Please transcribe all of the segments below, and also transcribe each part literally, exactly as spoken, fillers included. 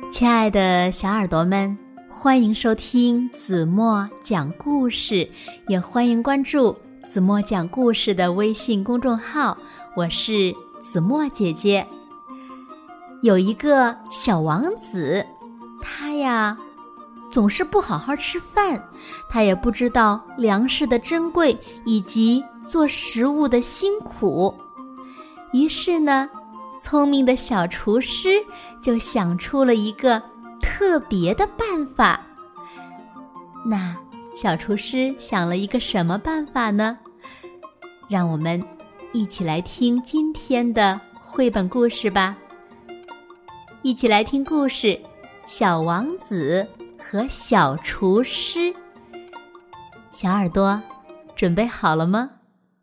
亲爱的小耳朵们，欢迎收听子墨讲故事，也欢迎关注子墨讲故事的微信公众号，我是子墨姐姐。有一个小王子，他呀总是不好好吃饭，他也不知道粮食的珍贵以及做食物的辛苦。于是呢，聪明的小厨师就想出了一个特别的办法。那小厨师想了一个什么办法呢？让我们一起来听今天的绘本故事吧。一起来听故事《小王子和小厨师》。小耳朵准备好了吗？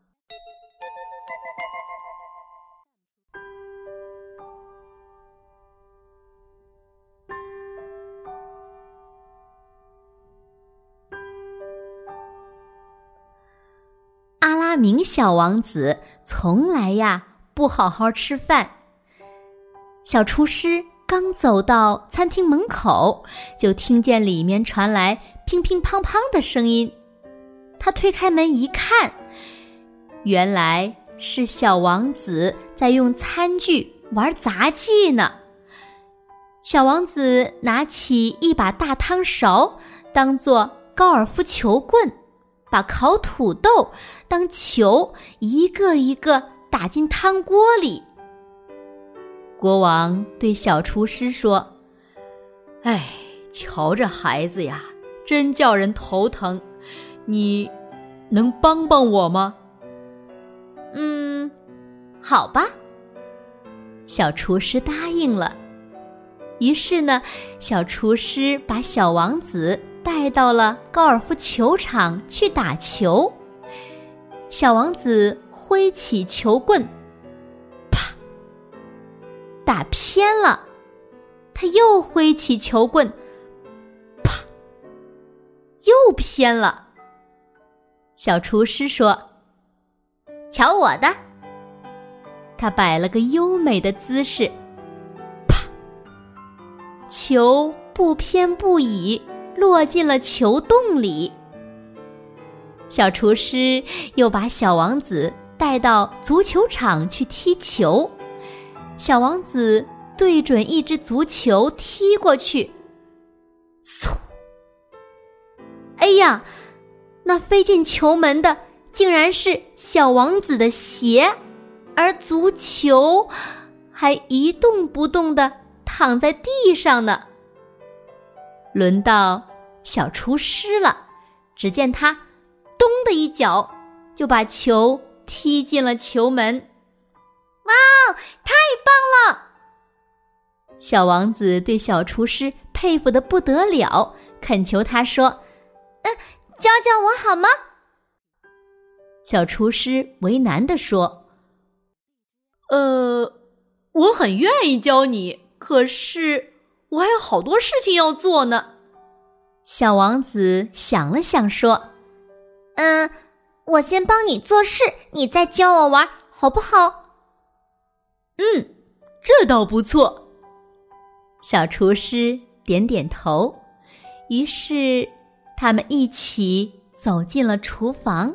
阿拉明小王子从来呀不好好吃饭。小厨师刚走到餐厅门口，就听见里面传来乒乒乓乓的声音。他推开门一看，原来是小王子在用餐具玩杂技呢。小王子拿起一把大汤勺当作高尔夫球棍，把烤土豆当球一个一个打进汤锅里。国王对小厨师说：哎，瞧这孩子呀，真叫人头疼，你能帮帮我吗？嗯，好吧。小厨师答应了。于是呢，小厨师把小王子带到了高尔夫球场去打球。小王子挥起球棍，啪，打偏了。他又挥起球棍，啪，又偏了。小厨师说：瞧我的。他摆了个优美的姿势，啪，球不偏不倚落进了球洞里。小厨师又把小王子带到足球场去踢球。小王子对准一只足球踢过去，嗖！哎呀，那飞进球门的竟然是小王子的鞋，而足球还一动不动地躺在地上呢。轮到小厨师了，只见他咚的一脚就把球踢进了球门。哇，太棒了！小王子对小厨师佩服得不得了，恳求他说：嗯，教教我好吗？小厨师为难地说：呃，我很愿意教你，可是我还有好多事情要做呢。小王子想了想说：嗯，我先帮你做事，你再教我玩，好不好？嗯，这倒不错。小厨师点点头，于是他们一起走进了厨房。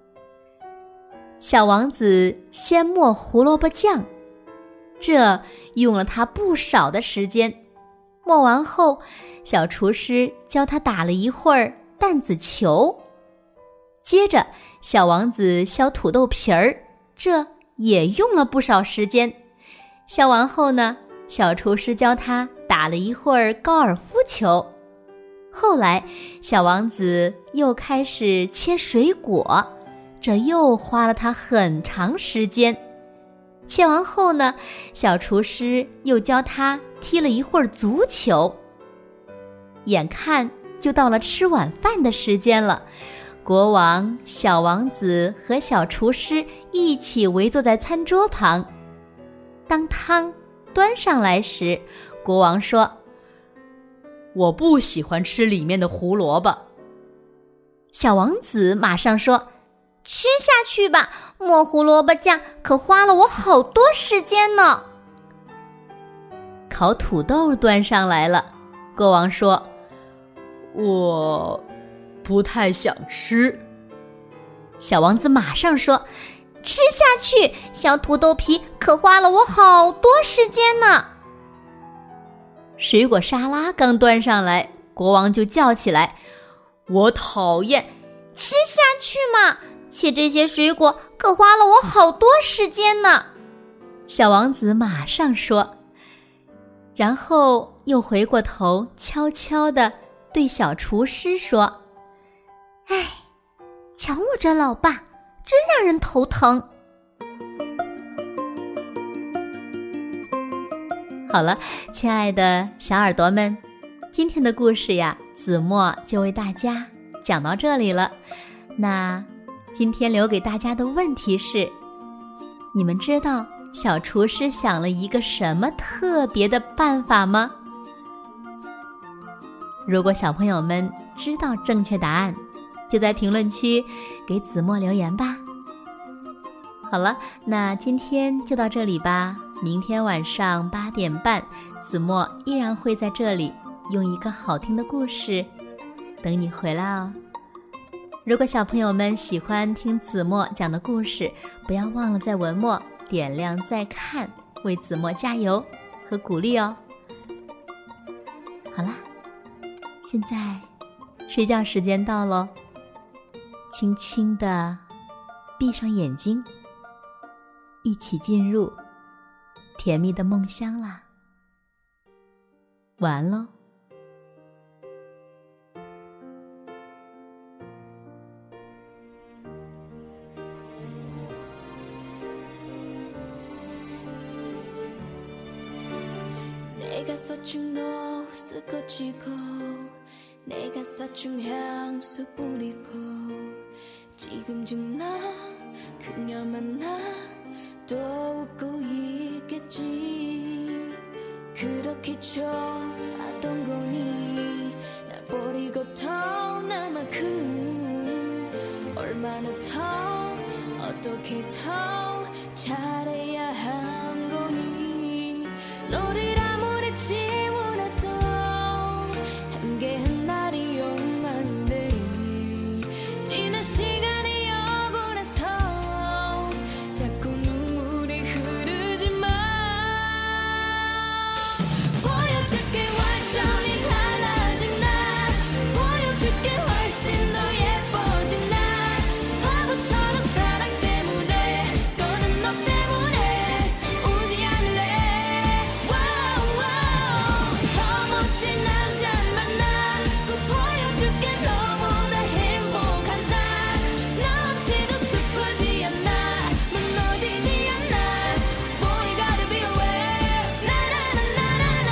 小王子先磨胡萝卜酱，这用了他不少的时间。磨完后，小厨师教他打了一会儿弹子球。接着小王子削土豆皮儿，这也用了不少时间。削完后呢，小厨师教他打了一会儿高尔夫球。后来小王子又开始切水果，这又花了他很长时间。切完后呢，小厨师又教他踢了一会儿足球。眼看就到了吃晚饭的时间了，国王、小王子和小厨师一起围坐在餐桌旁。当汤端上来时，国王说：我不喜欢吃里面的胡萝卜。小王子马上说：吃下去吧，磨胡萝卜酱可花了我好多时间呢。 烤土豆端上来了。国王说：“我不太想吃。”小王子马上说：“吃下去，小土豆皮可花了我好多时间呢。”水果沙拉刚端上来，国王就叫起来：“我讨厌！吃下去嘛，切这些水果可花了我好多时间呢。”小王子马上说，然后又回过头悄悄地对小厨师说：“哎，瞧我这老爸，真让人头疼。”好了，亲爱的小耳朵们，今天的故事呀，子墨就为大家讲到这里了。那今天留给大家的问题是，你们知道小厨师想了一个什么特别的办法吗？如果小朋友们知道正确答案，就在评论区给子墨留言吧。好了，那今天就到这里吧。明天晚上八点半，子墨依然会在这里用一个好听的故事等你回来哦。如果小朋友们喜欢听子墨讲的故事，不要忘了在文末点亮再看，为子墨加油和鼓励哦。好啦，现在睡觉时间到咯，轻轻地闭上眼睛，一起进入甜蜜的梦乡啦。晚安喽。 내가 써준 노트 꽂히고 내가 써준 향수 뿌리고 지금쯤 나 그녀 만나 또 웃고 있겠지. 그렇게 좋아하던 거니 나 버리고 떠나만큼 얼마나 더 어떻게 더 잘해야 한 거니. 너를 아무리 지원해도 한계한 날이 얼마인데 지난 시간이 오고 나서 자꾸 눈물이 흐르지만 보여줄게 완전히 달라진 나 보여줄게 훨씬 더 예뻐진 나 바보처럼 사랑 때문에 너는 너 때문에 우지 않을래. 더 멋진 남자 만나 꼭 보여줄게 너보다 행복한 나 너 없이도 슬프지 않아 무너지지 않아 Boy you gotta be aware 나나나나나나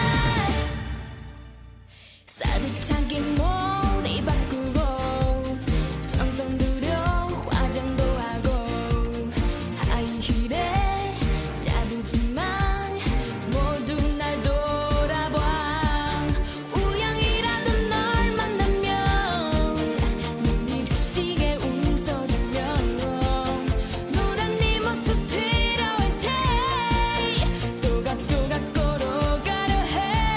사두차게 머리 바꾸고 정성 들여 화장도 하고 하이힐에 짜두지만 모두 날 돌아봐. 우연이라도 널 만나면 눈이 부시게 웃어주면 누란 네 모습 필요할 테 또각또각 걸어가려 해.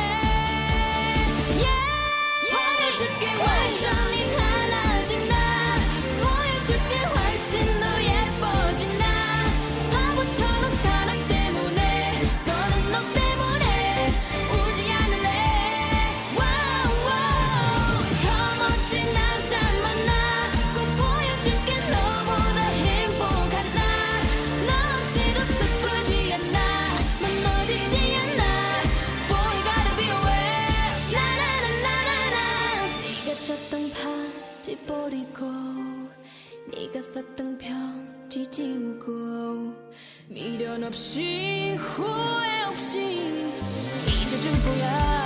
Yeah. 보여줄게 완전히 달라진 나 보여줄게 훨씬 더 예뻐진 나 바보처럼 사랑 때문에 너는 너 때문에 우지 않을래. 더 멋진 남자 만나 꼭 보여줄게 너보다 행복한 나 너 없이도 슬프지 않아 무너지지 않아 Boy you gotta be aware 나나나나나나 네가 쳤던 파 뒤버리고 네가 썼던 편 뒤지우고 미련 없이 후회 없이 잊어줄 거야.